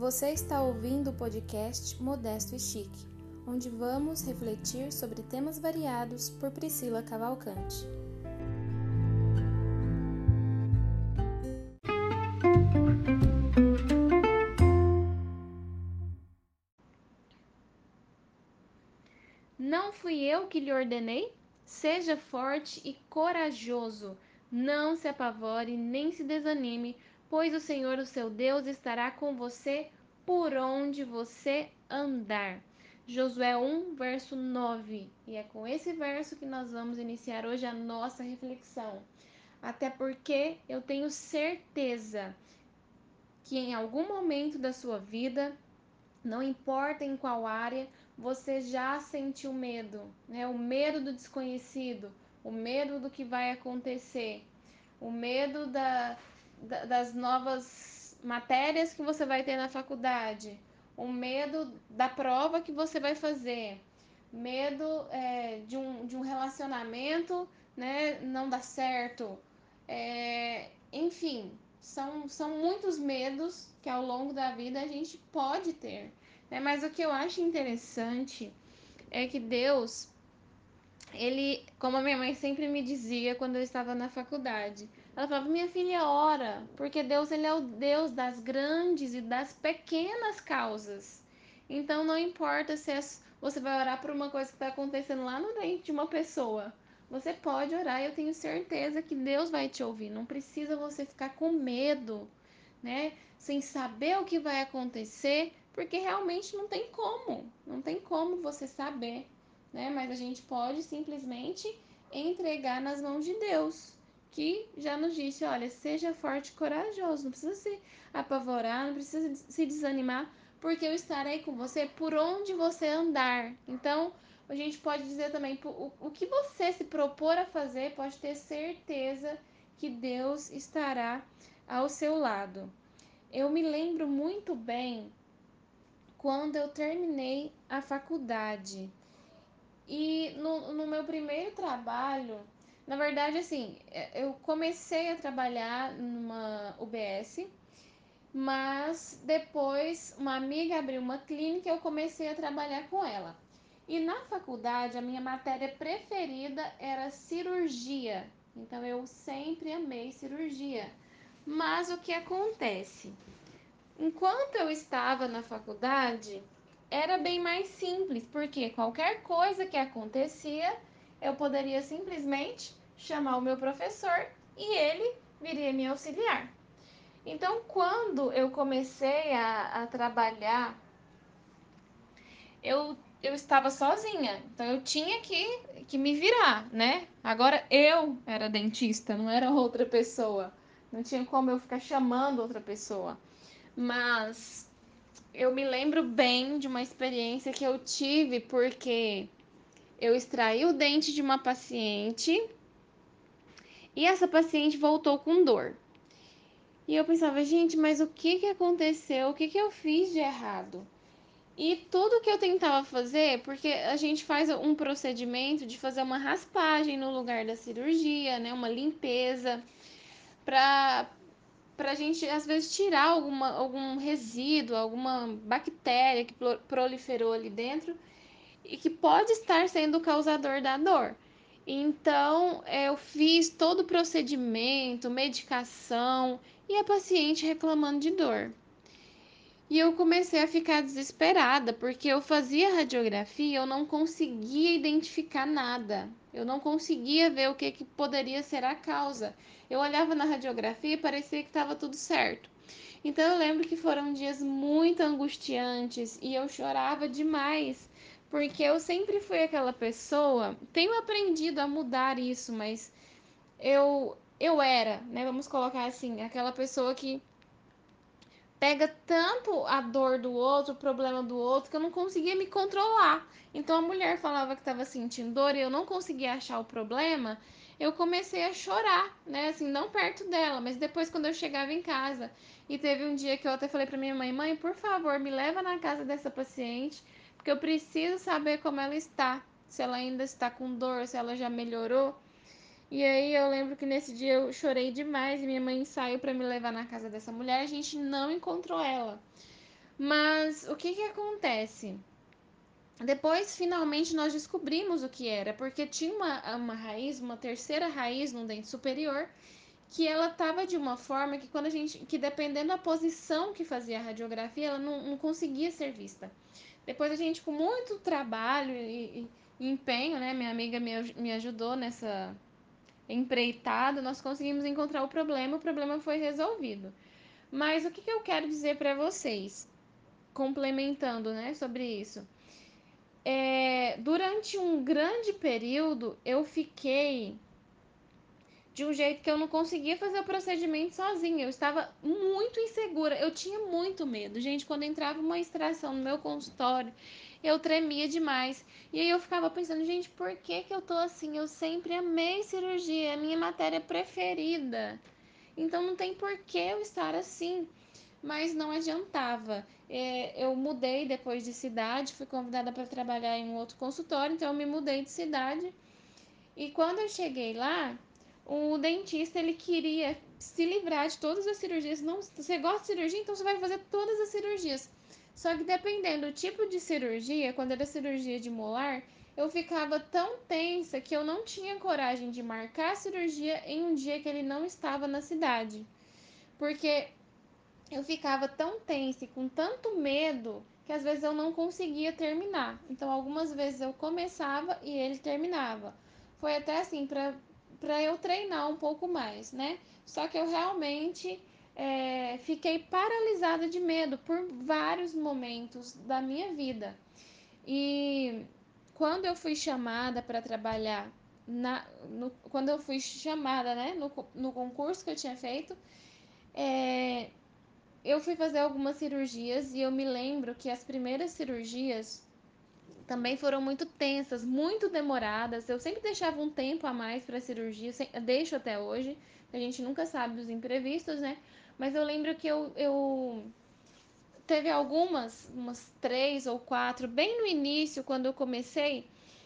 Você está ouvindo o podcast Modesto e Chique, onde vamos refletir sobre temas variados por Priscila Cavalcante. Não fui eu que lhe ordenei? Seja forte e corajoso. Não se apavore nem se desanime, pois o Senhor, o seu Deus, estará com você por onde você andar. Josué 1, verso 9. E é com esse verso que nós vamos iniciar hoje a nossa reflexão. Até porque eu tenho certeza que em algum momento da sua vida, não importa em qual área, você já sentiu medo, né? O medo do desconhecido, o medo do que vai acontecer, o medo das novas matérias que você vai ter na faculdade, o medo da prova que você vai fazer, medo de um relacionamento, né, não dar certo, enfim, são muitos medos que ao longo da vida a gente pode ter, né? Mas o que eu acho interessante é que Deus, ele, como a minha mãe sempre me dizia quando eu estava na faculdade, ela falava: minha filha, ora, porque Deus, ele é o Deus das grandes e das pequenas causas. Então não importa se você vai orar por uma coisa que está acontecendo lá no dente de uma pessoa. Você pode orar e eu tenho certeza que Deus vai te ouvir. Não precisa você ficar com medo, né? Sem saber o que vai acontecer, porque realmente não tem como você saber, né? Mas a gente pode simplesmente entregar nas mãos de Deus, que já nos disse: olha, seja forte e corajoso, não precisa se apavorar, não precisa se desanimar, porque eu estarei com você por onde você andar. Então, a gente pode dizer também, o que você se propor a fazer, pode ter certeza que Deus estará ao seu lado. Eu me lembro muito bem quando eu terminei a faculdade. E no meu primeiro trabalho, na verdade, assim, eu comecei a trabalhar numa UBS, mas depois uma amiga abriu uma clínica e eu comecei a trabalhar com ela. E na faculdade, a minha matéria preferida era cirurgia. Então eu sempre amei cirurgia. Mas o que acontece? Enquanto eu estava na faculdade, era bem mais simples, porque qualquer coisa que acontecia, eu poderia simplesmente chamar o meu professor e ele viria me auxiliar. Então, quando eu comecei a trabalhar, eu estava sozinha, então eu tinha que me virar, né? Agora eu era dentista, não era outra pessoa. Não tinha como eu ficar chamando outra pessoa. Mas eu me lembro bem de uma experiência que eu tive porque eu extraí o dente de uma paciente e essa paciente voltou com dor. E eu pensava, gente, mas o que aconteceu? O que eu fiz de errado? E tudo que eu tentava fazer, porque a gente faz um procedimento de fazer uma raspagem no lugar da cirurgia, né? Uma limpeza, pra gente, às vezes, tirar algum resíduo, alguma bactéria que proliferou ali dentro e que pode estar sendo o causador da dor. Então, eu fiz todo o procedimento, medicação e a paciente reclamando de dor. E eu comecei a ficar desesperada, porque eu fazia radiografia e eu não conseguia identificar nada. Eu não conseguia ver o que poderia ser a causa. Eu olhava na radiografia e parecia que estava tudo certo. Então eu lembro que foram dias muito angustiantes e eu chorava demais, porque eu sempre fui aquela pessoa, tenho aprendido a mudar isso, mas eu era, né, vamos colocar assim, aquela pessoa que pega tanto a dor do outro, o problema do outro, que eu não conseguia me controlar. Então a mulher falava que estava sentindo dor e eu não conseguia achar o problema, eu comecei a chorar, né? Assim, não perto dela, mas depois quando eu chegava em casa. E teve um dia que eu até falei para minha mãe: mãe, por favor, me leva na casa dessa paciente, porque eu preciso saber como ela está. Se ela ainda está com dor, se ela já melhorou. E aí eu lembro que nesse dia eu chorei demais e minha mãe saiu para me levar na casa dessa mulher, a gente não encontrou ela. Mas o que que acontece? Depois, finalmente, nós descobrimos o que era, porque tinha uma raiz, uma terceira raiz no dente superior, que ela estava de uma forma que que dependendo da posição que fazia a radiografia, ela não conseguia ser vista. Depois a gente, com muito trabalho e empenho, né, minha amiga me ajudou nessa empreitada, nós conseguimos encontrar o problema foi resolvido. Mas o que, que eu quero dizer para vocês, complementando, né, sobre isso? Durante um grande período, eu fiquei de um jeito que eu não conseguia fazer o procedimento sozinha. Eu estava muito insegura, eu tinha muito medo. Gente, quando entrava uma extração no meu consultório, eu tremia demais. E aí eu ficava pensando, gente, por que que eu tô assim? Eu sempre amei cirurgia, é a minha matéria preferida. Então não tem por que eu estar assim. Mas não adiantava. Eu mudei depois de cidade, fui convidada para trabalhar em um outro consultório, então eu me mudei de cidade. E quando eu cheguei lá, o dentista ele queria se livrar de todas as cirurgias. Não, você gosta de cirurgia, então você vai fazer todas as cirurgias. Só que dependendo do tipo de cirurgia, quando era cirurgia de molar, eu ficava tão tensa que eu não tinha coragem de marcar a cirurgia em um dia que ele não estava na cidade. Porque eu ficava tão tensa e com tanto medo que às vezes eu não conseguia terminar. Então, algumas vezes eu começava e ele terminava. Foi até assim para eu treinar um pouco mais, né? Só que eu realmente fiquei paralisada de medo por vários momentos da minha vida. E quando eu fui chamada para trabalhar quando eu fui chamada, né, no concurso que eu tinha feito, é, eu fui fazer algumas cirurgias e eu me lembro que as primeiras cirurgias também foram muito tensas, muito demoradas. Eu sempre deixava um tempo a mais para a cirurgia, deixo até hoje, a gente nunca sabe dos imprevistos, né? Mas eu lembro que eu teve umas 3 ou 4, bem no início, quando eu comecei,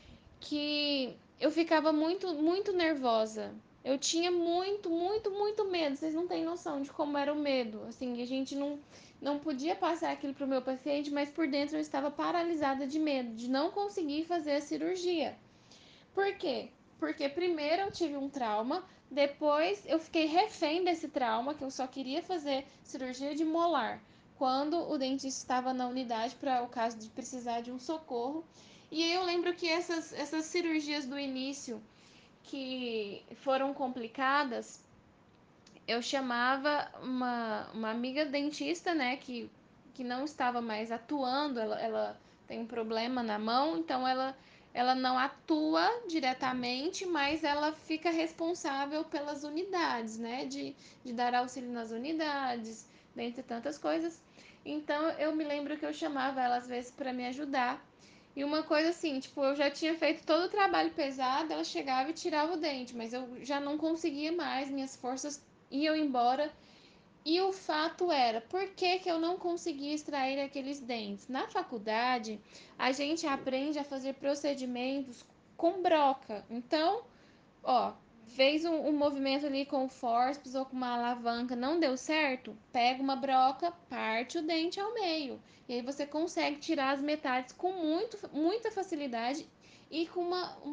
que eu ficava muito nervosa. Eu tinha muito medo. Vocês não têm noção de como era o medo. Assim, a gente não podia passar aquilo para o meu paciente, mas por dentro eu estava paralisada de medo, de não conseguir fazer a cirurgia. Por quê? Porque primeiro eu tive um trauma, depois eu fiquei refém desse trauma, que eu só queria fazer cirurgia de molar, quando o dentista estava na unidade para o caso de precisar de um socorro. E aí eu lembro que essas cirurgias do início que foram complicadas, eu chamava uma amiga dentista, né, que não estava mais atuando, ela tem um problema na mão, então ela não atua diretamente, mas ela fica responsável pelas unidades, né, de dar auxílio nas unidades, dentre tantas coisas. Então eu me lembro que eu chamava ela às vezes para me ajudar. E uma coisa assim, tipo, eu já tinha feito todo o trabalho pesado, ela chegava e tirava o dente, mas eu já não conseguia mais, minhas forças iam embora. E o fato era, por que que eu não conseguia extrair aqueles dentes? Na faculdade, a gente aprende a fazer procedimentos com broca. Então, ó, fez um movimento ali com o forceps ou com uma alavanca, não deu certo? Pega uma broca, parte o dente ao meio. E aí você consegue tirar as metades com muita facilidade e com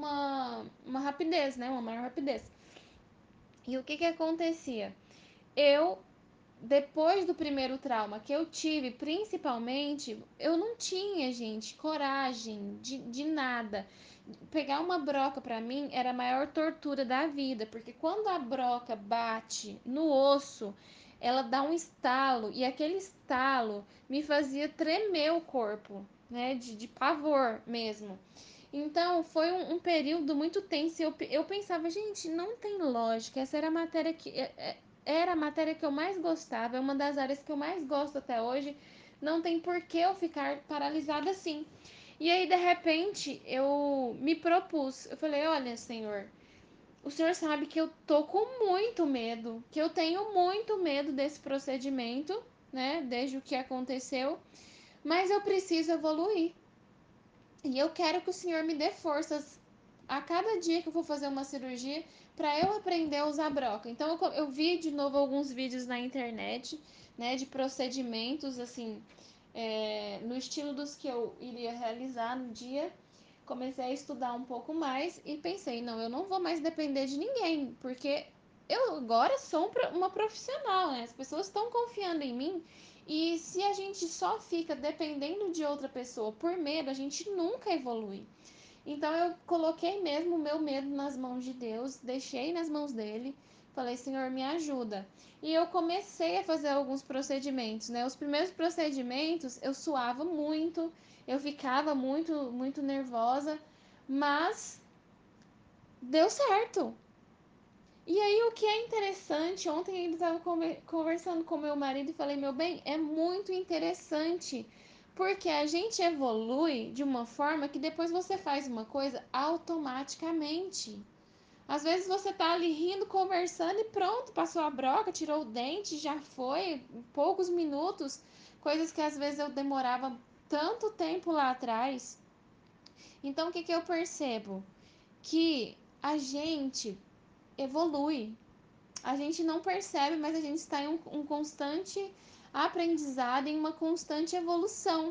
uma rapidez, né? Uma maior rapidez. E o que que acontecia? Eu Depois do primeiro trauma que eu tive, principalmente, eu não tinha, gente, coragem de nada. Pegar uma broca para mim era a maior tortura da vida, porque quando a broca bate no osso, ela dá um estalo e aquele estalo me fazia tremer o corpo, né, de pavor mesmo. Então foi um período muito tenso. Eu pensava, gente, não tem lógica. Essa era a matéria era a matéria que eu mais gostava, é uma das áreas que eu mais gosto até hoje. Não tem por que eu ficar paralisada assim. E aí, de repente, eu me propus. Eu falei: Olha, senhor, o senhor sabe que eu tô com muito medo, que eu tenho muito medo desse procedimento, né? Desde o que aconteceu, mas eu preciso evoluir. E eu quero que o senhor me dê forças a cada dia que eu for fazer uma cirurgia para eu aprender a usar broca. Então eu vi de novo alguns vídeos na internet, né, de procedimentos assim, no estilo dos que eu iria realizar no dia. Comecei a estudar um pouco mais e pensei, não, eu não vou mais depender de ninguém, porque eu agora sou uma profissional, né? As pessoas estão confiando em mim e se a gente só fica dependendo de outra pessoa por medo, a gente nunca evolui. Então eu coloquei mesmo o meu medo nas mãos de Deus, deixei nas mãos dele, falei, Senhor, me ajuda. E eu comecei a fazer alguns procedimentos, né? Os primeiros procedimentos eu suava muito, eu ficava muito nervosa, mas deu certo. E aí o que é interessante, ontem eu ainda estava conversando com meu marido e falei, meu bem, é muito interessante, porque a gente evolui de uma forma que depois você faz uma coisa automaticamente. Às vezes você tá ali rindo, conversando e pronto, passou a broca, tirou o dente, já foi, em poucos minutos, coisas que às vezes eu demorava tanto tempo lá atrás. Então o que eu percebo? Que a gente evolui. A gente não percebe, mas a gente está em um constante aprendizado, em uma constante evolução.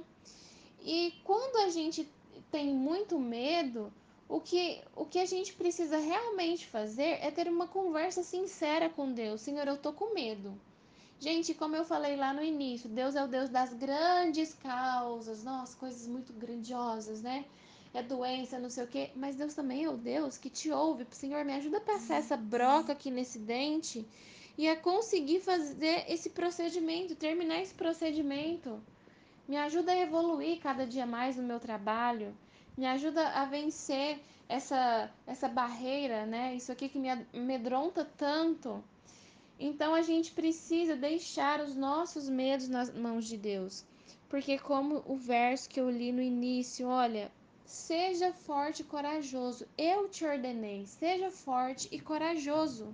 E quando a gente tem muito medo, o que a gente precisa realmente fazer é ter uma conversa sincera com Deus. Senhor, eu tô com medo. Gente, como eu falei lá no início, Deus é o Deus das grandes causas, nossa, coisas muito grandiosas, né? É doença, não sei o quê, mas Deus também é o Deus que te ouve. Senhor, me ajuda a passar essa broca aqui nesse dente e a conseguir fazer esse procedimento, terminar esse procedimento. Me ajuda a evoluir cada dia mais no meu trabalho. Me ajuda a vencer essa barreira, né? Isso aqui que me amedronta tanto. Então a gente precisa deixar os nossos medos nas mãos de Deus. Porque como o verso que eu li no início, olha, seja forte e corajoso. Eu te ordenei, seja forte e corajoso.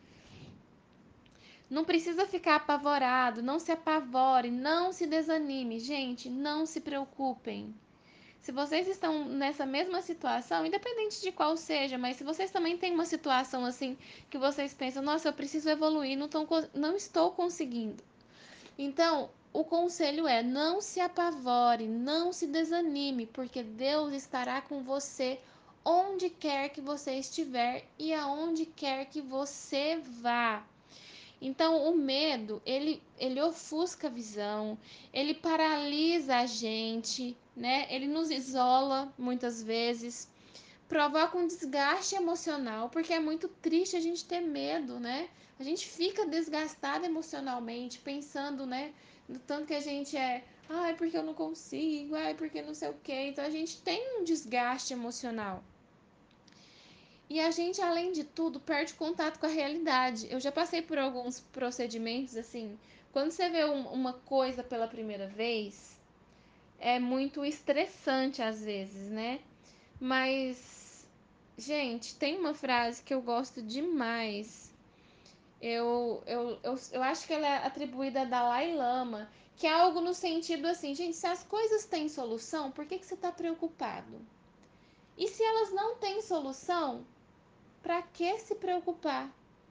Não precisa ficar apavorado, não se apavore, não se desanime. Gente, não se preocupem. Se vocês estão nessa mesma situação, independente de qual seja, mas se vocês também têm uma situação assim que vocês pensam, nossa, eu preciso evoluir, não estou conseguindo. Então, o conselho é: não se apavore, não se desanime, porque Deus estará com você onde quer que você estiver e aonde quer que você vá. Então, o medo, ele ofusca a visão, ele paralisa a gente, né? Ele nos isola muitas vezes, provoca um desgaste emocional, porque é muito triste a gente ter medo, né? A gente fica desgastado emocionalmente, pensando, né? No tanto que a gente é, ai, porque eu não consigo, ai, porque não sei o quê. Então, a gente tem um desgaste emocional. E a gente, além de tudo, perde contato com a realidade. Eu já passei por alguns procedimentos assim. Quando você vê uma coisa pela primeira vez, é muito estressante às vezes, né? Mas, gente, tem uma frase que eu gosto demais. Eu acho que ela é atribuída a Dalai Lama, que é algo no sentido assim, gente, se as coisas têm solução, por que você está preocupado? E se elas não têm solução, para que se preocupar?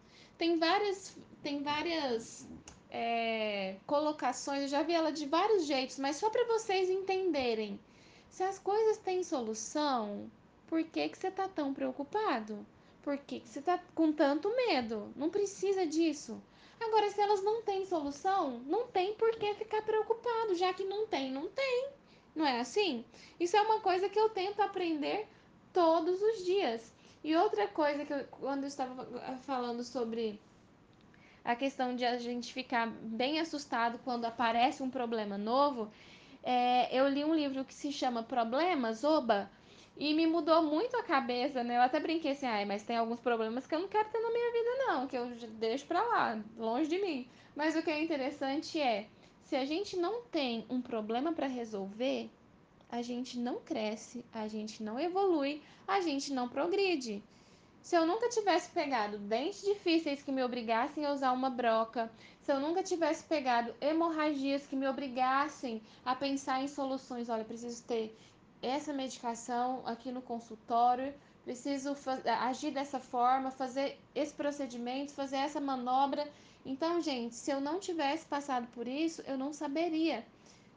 Tem várias colocações, eu já vi ela de vários jeitos, mas só para vocês entenderem. Se as coisas têm solução, por que você está tão preocupado? Por que você está com tanto medo? Não precisa disso. Agora, se elas não têm solução, não tem por que ficar preocupado, já que não tem, não tem. Não é assim? Isso é uma coisa que eu tento aprender todos os dias. E outra coisa que quando eu estava falando sobre a questão de a gente ficar bem assustado quando aparece um problema novo, eu li um livro que se chama Problemas, Oba, e me mudou muito a cabeça, né? Eu até brinquei assim, ai, mas tem alguns problemas que eu não quero ter na minha vida, não, que eu deixo pra lá, longe de mim. Mas o que é interessante é, se a gente não tem um problema para resolver, a gente não cresce, a gente não evolui, a gente não progride. Se eu nunca tivesse pegado dentes difíceis que me obrigassem a usar uma broca, se eu nunca tivesse pegado hemorragias que me obrigassem a pensar em soluções, olha, preciso ter essa medicação aqui no consultório, preciso agir dessa forma, fazer esse procedimento, fazer essa manobra. Então, gente, se eu não tivesse passado por isso, eu não saberia.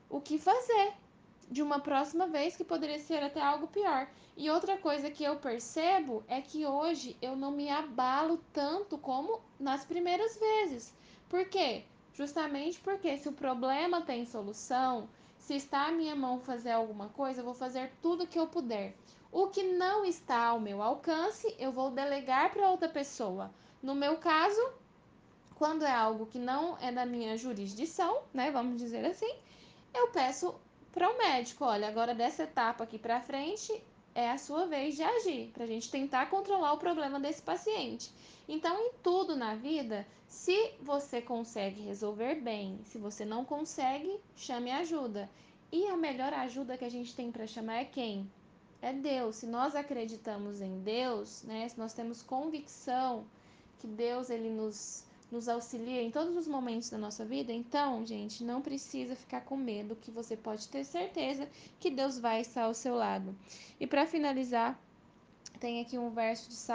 o que fazer de uma próxima vez, que poderia ser até algo pior. E outra coisa que eu percebo é que hoje eu não me abalo tanto como nas primeiras vezes. Por quê? Justamente porque se o problema tem solução, se está à minha mão fazer alguma coisa, eu vou fazer tudo que eu puder. O que não está ao meu alcance, eu vou delegar para outra pessoa. No meu caso, quando é algo que não é da minha jurisdição, né, vamos dizer assim, eu peço para o médico, olha, agora dessa etapa aqui para frente é a sua vez de agir, para a gente tentar controlar o problema desse paciente. Então, em tudo na vida, se você consegue resolver bem, se você não consegue, chame ajuda. E a melhor ajuda que a gente tem para chamar é quem? É Deus. Se nós acreditamos em Deus, né, se nós temos convicção que Deus ele nos auxilia em todos os momentos da nossa vida, então, gente, não precisa ficar com medo, que você pode ter certeza que Deus vai estar ao seu lado. E para finalizar, tem aqui um verso de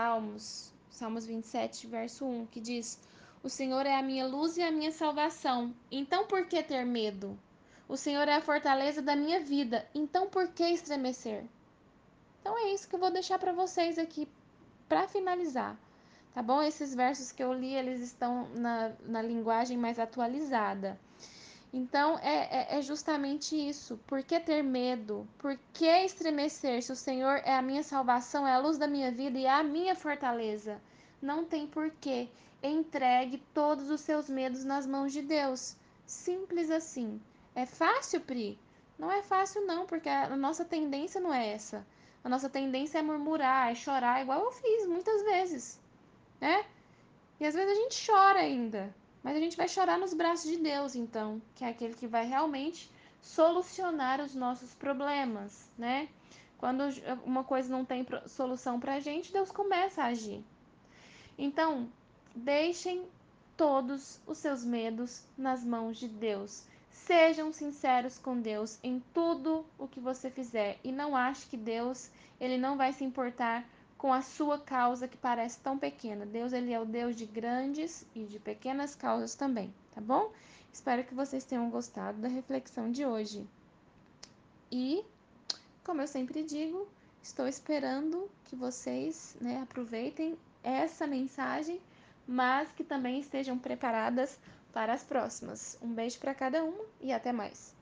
Salmos 27, verso 1, que diz: O Senhor é a minha luz e a minha salvação, então por que ter medo? O Senhor é a fortaleza da minha vida, então por que estremecer? Então é isso que eu vou deixar para vocês aqui para finalizar, tá bom? Esses versos que eu li, eles estão na linguagem mais atualizada. Então, é justamente isso. Por que ter medo? Por que estremecer se o Senhor é a minha salvação, é a luz da minha vida e é a minha fortaleza? Não tem porquê. Entregue todos os seus medos nas mãos de Deus. Simples assim. É fácil, Pri? Não é fácil não, porque a nossa tendência não é essa. A nossa tendência é murmurar, é chorar, igual eu fiz muitas vezes, né? E às vezes a gente chora ainda, mas a gente vai chorar nos braços de Deus, então, que é aquele que vai realmente solucionar os nossos problemas, né? Quando uma coisa não tem solução pra gente, Deus começa a agir. Então, deixem todos os seus medos nas mãos de Deus. Sejam sinceros com Deus em tudo o que você fizer e não ache que Deus, ele não vai se importar com a sua causa que parece tão pequena. Deus, ele é o Deus de grandes e de pequenas causas também, tá bom? Espero que vocês tenham gostado da reflexão de hoje. E, como eu sempre digo, estou esperando que vocês, né, aproveitem essa mensagem, mas que também estejam preparadas para as próximas. Um beijo para cada uma e até mais.